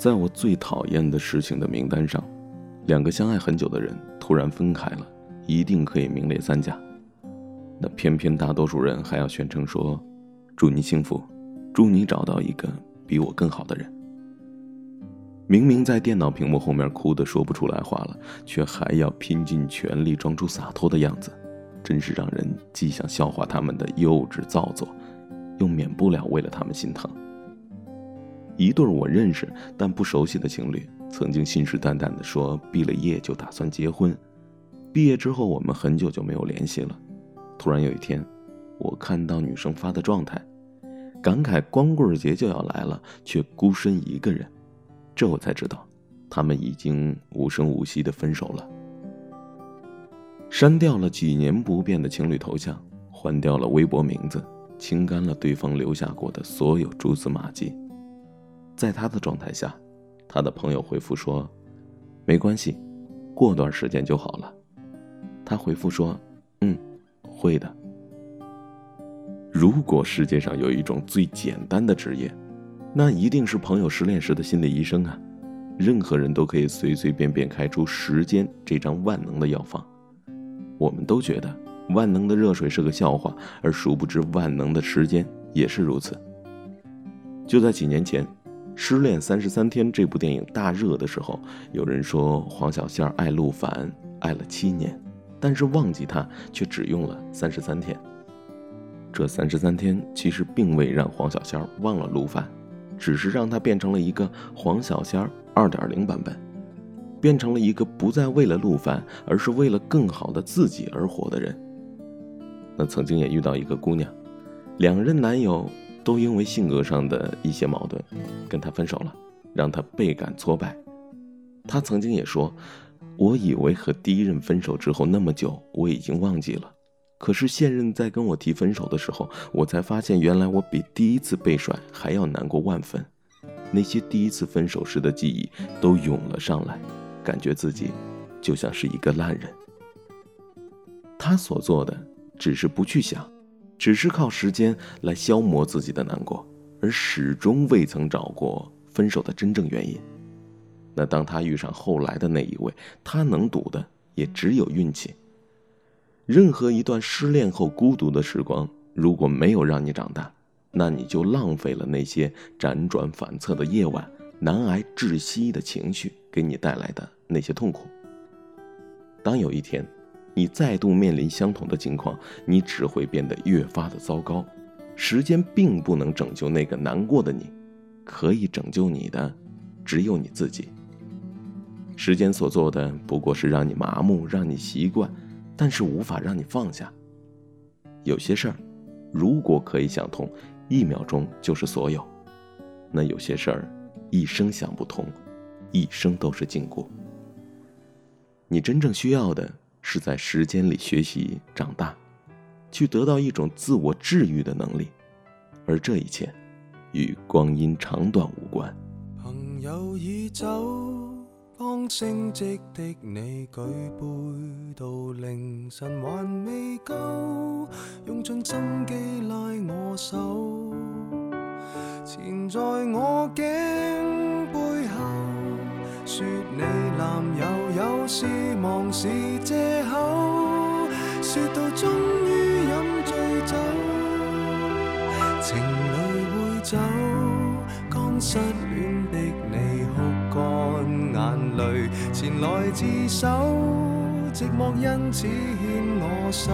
在我最讨厌的事情的名单上，两个相爱很久的人突然分开了，一定可以名列三甲。那偏偏大多数人还要宣称说，祝你幸福，祝你找到一个比我更好的人。明明在电脑屏幕后面哭得说不出来话了，却还要拼尽全力装出洒脱的样子，真是让人既想笑话他们的幼稚造作，又免不了为了他们心疼。一对我认识但不熟悉的情侣，曾经信誓旦旦地说毕了业就打算结婚。毕业之后我们很久就没有联系了。突然有一天，我看到女生发的状态，感慨光棍节就要来了，却孤身一个人。这我才知道，他们已经无声无息地分手了。删掉了几年不变的情侣头像，换掉了微博名字，清干了对方留下过的所有蛛丝马迹。在他的状态下，他的朋友回复说，没关系，过段时间就好了。他回复说，会的。如果世界上有一种最简单的职业，那一定是朋友失恋时的心理医生啊！任何人都可以随随便便开出时间这张万能的药方。我们都觉得万能的热水是个笑话，而殊不知万能的时间也是如此。就在几年前，《失恋33天》这部电影大热的时候，有人说黄小仙爱陆凡爱了7年，但是忘记他却只用了33天。这33天其实并未让黄小仙忘了陆凡，只是让他变成了一个黄小仙 2.0 版本，变成了一个不再为了陆凡，而是为了更好的自己而活的人。那曾经也遇到一个姑娘，两任男友都因为性格上的一些矛盾跟他分手了，让他倍感挫败。他曾经也说，我以为和第一任分手之后那么久我已经忘记了，可是现任在跟我提分手的时候，我才发现原来我比第一次被甩还要难过万分。那些第一次分手时的记忆都涌了上来，感觉自己就像是一个烂人。他所做的只是不去想，只是靠时间来消磨自己的难过，而始终未曾找过分手的真正原因。那当他遇上后来的那一位，他能赌的也只有运气。任何一段失恋后孤独的时光，如果没有让你长大，那你就浪费了那些辗转反侧的夜晚，难挨窒息的情绪给你带来的那些痛苦。当有一天你再度面临相同的情况，你只会变得越发的糟糕。时间并不能拯救那个难过的你，可以拯救你的只有你自己。时间所做的不过是让你麻木，让你习惯，但是无法让你放下。有些事儿如果可以想通，1秒钟就是所有，那有些事儿一生想不通，一生都是禁锢。你真正需要的是在时间里学习长大，去得到一种自我治愈的能力，而这一切与光阴长短无关。 朋友已走，刚升职的你举杯到凌晨还未够，用尽心机拉我手，纏在我颈背後，說你男友有事忙是藉口，說到終於飲醉酒，情侶會走，剛失戀的你哭乾眼淚，前來自首，寂寞因此牽我手，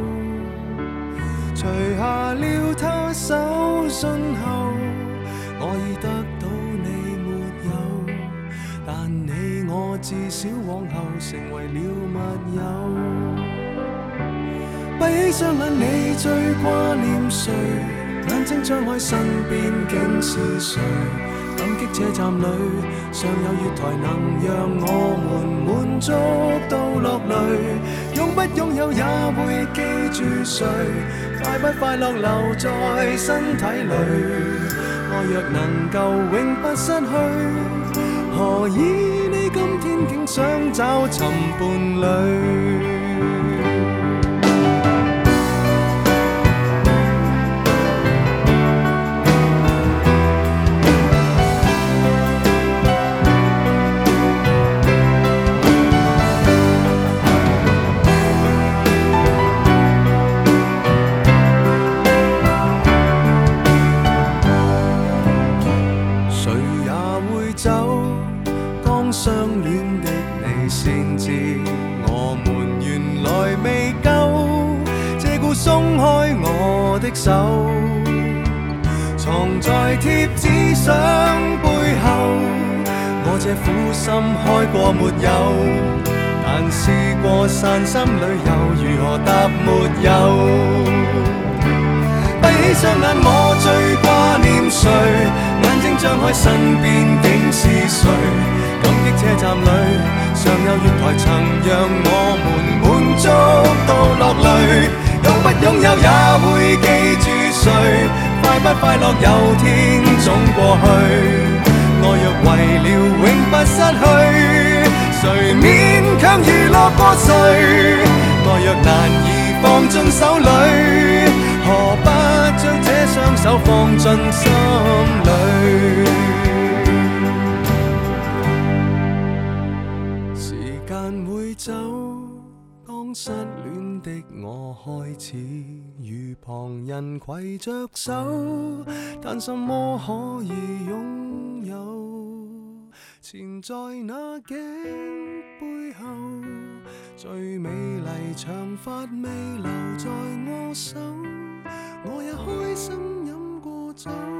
除下了他手信後，我已得到你沒有，但你我至少往後成為了密友。閉起雙眼，你最掛念誰？眼睛張開，身邊竟是誰？感激這站裏尚有月台，能讓我們滿足到落淚。擁不擁有也會記住誰？快不快樂留在身體裏？愛若能夠永不失去，何以你今天竟想找尋伴侶？ 先知我們原來未夠，借故鬆開我的手，藏在貼紙相背後。我這苦心開過沒有？但試過散心旅遊，如何答沒有？閉起雙眼，我最掛念誰？眼睛張開，身邊竟是誰？感激車站裏尚有月台，曾讓我們滿足到落淚。擁不擁有也會記住誰？快不快樂有天總過去。愛若為了永不失去，誰勉強娛樂過誰？愛若難以放進手裏，何不將這雙手放進心裏？時間會走，當失戀的我開始與旁人攜着手，但什麼可以擁有？纏在那頸背後，最美麗長髮未留在我手，我也開心飲過酒。